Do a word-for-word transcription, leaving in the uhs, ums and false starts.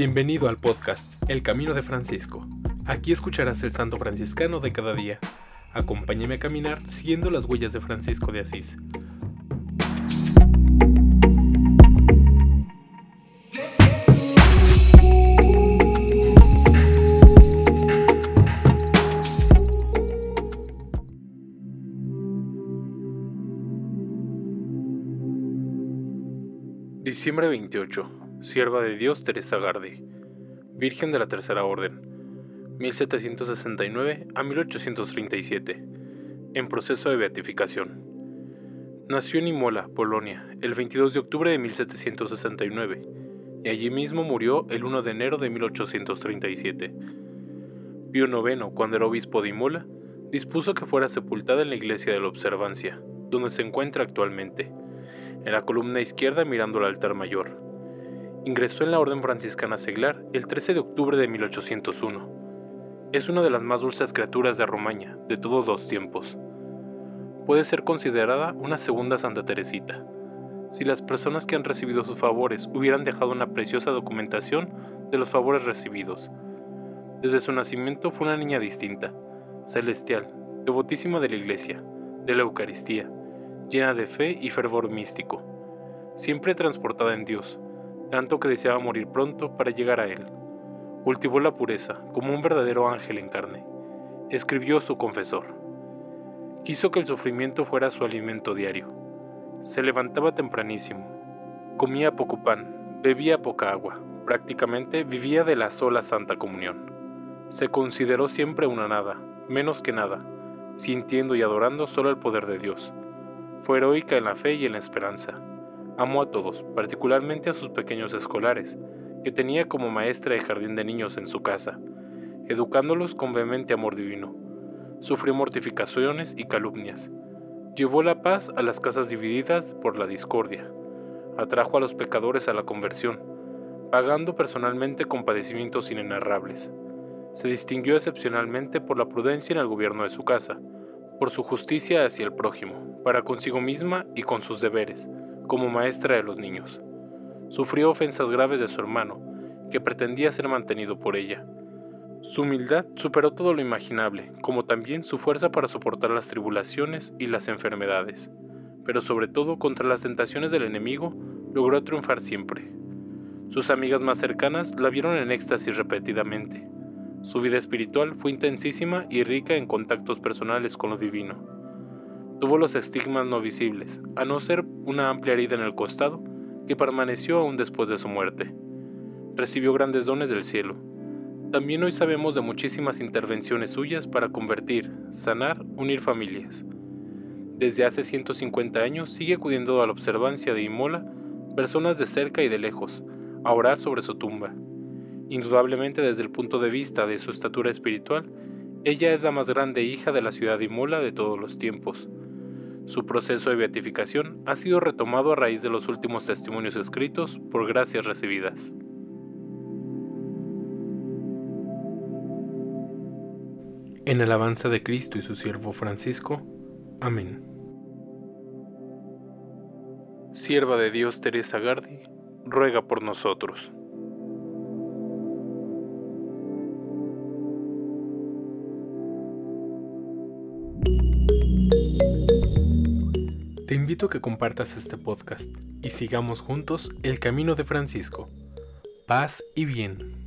Bienvenido al podcast El Camino de Francisco. Aquí escucharás el santo franciscano de cada día. Acompáñame a caminar siguiendo las huellas de Francisco de Asís. Diciembre veintiocho. Sierva de Dios Teresa Gardi, Virgen de la Tercera Orden, mil setecientos sesenta y nueve a mil ochocientos treinta y siete, en proceso de beatificación. Nació en Imola, Polonia, el veintidós de octubre de mil setecientos sesenta y nueve, y allí mismo murió el primero de enero de mil ochocientos treinta y siete. Pío noveno, cuando era obispo de Imola, dispuso que fuera sepultada en la iglesia de la Observancia, donde se encuentra actualmente, en la columna izquierda mirando al altar mayor. Ingresó en la Orden Franciscana Seglar el trece de octubre de mil ochocientos uno. Es una de las más dulces criaturas de Romaña, de todos los tiempos. Puede ser considerada una segunda Santa Teresita. Si las personas que han recibido sus favores hubieran dejado una preciosa documentación de los favores recibidos. Desde su nacimiento fue una niña distinta, celestial, devotísima de la Iglesia, de la Eucaristía, llena de fe y fervor místico, siempre transportada en Dios, tanto que deseaba morir pronto para llegar a Él. Cultivó la pureza como un verdadero ángel en carne. Escribió su confesor. Quiso que el sufrimiento fuera su alimento diario. Se levantaba tempranísimo. Comía poco pan, bebía poca agua. Prácticamente vivía de la sola Santa Comunión. Se consideró siempre una nada, menos que nada, sintiendo y adorando solo el poder de Dios. Fue heroica en la fe y en la esperanza. Amó a todos, particularmente a sus pequeños escolares, que tenía como maestra de jardín de niños en su casa, educándolos con vehemente amor divino. Sufrió mortificaciones y calumnias. Llevó la paz a las casas divididas por la discordia. Atrajo a los pecadores a la conversión, pagando personalmente con padecimientos inenarrables. Se distinguió excepcionalmente por la prudencia en el gobierno de su casa, por su justicia hacia el prójimo, para consigo misma y con sus deberes, como maestra de los niños. Sufrió ofensas graves de su hermano, que pretendía ser mantenido por ella. Su humildad superó todo lo imaginable, como también su fuerza para soportar las tribulaciones y las enfermedades. Pero sobre todo contra las tentaciones del enemigo, logró triunfar siempre. Sus amigas más cercanas la vieron en éxtasis repetidamente. Su vida espiritual fue intensísima y rica en contactos personales con lo divino. Tuvo los estigmas no visibles, a no ser una amplia herida en el costado, que permaneció aún después de su muerte. Recibió grandes dones del cielo. También hoy sabemos de muchísimas intervenciones suyas para convertir, sanar, unir familias. Desde hace ciento cincuenta años sigue acudiendo a la Observancia de Imola personas de cerca y de lejos, a orar sobre su tumba. Indudablemente desde el punto de vista de su estatura espiritual, ella es la más grande hija de la ciudad de Imola de todos los tiempos. Su proceso de beatificación ha sido retomado a raíz de los últimos testimonios escritos por gracias recibidas. En alabanza de Cristo y su siervo Francisco. Amén. Sierva de Dios Teresa Gardi, ruega por nosotros. Te invito a que compartas este podcast y sigamos juntos el camino de Francisco. Paz y bien.